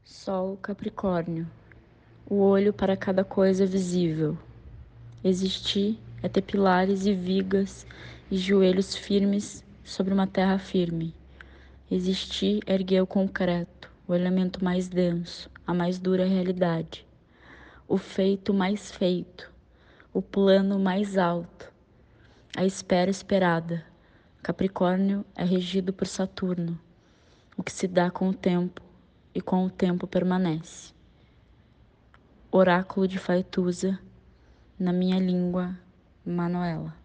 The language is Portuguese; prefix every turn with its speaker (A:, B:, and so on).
A: Sol Capricórnio, o olho para cada coisa visível. Existir é ter pilares e vigas e joelhos firmes sobre uma terra firme. Existir é erguer o concreto, o elemento mais denso, a mais dura realidade. O feito mais feito, o plano mais alto, a espera esperada. Capricórnio é regido por Saturno, o que se dá com o tempo e com o tempo permanece. Oráculo de Faetusa, na minha língua, Manuela.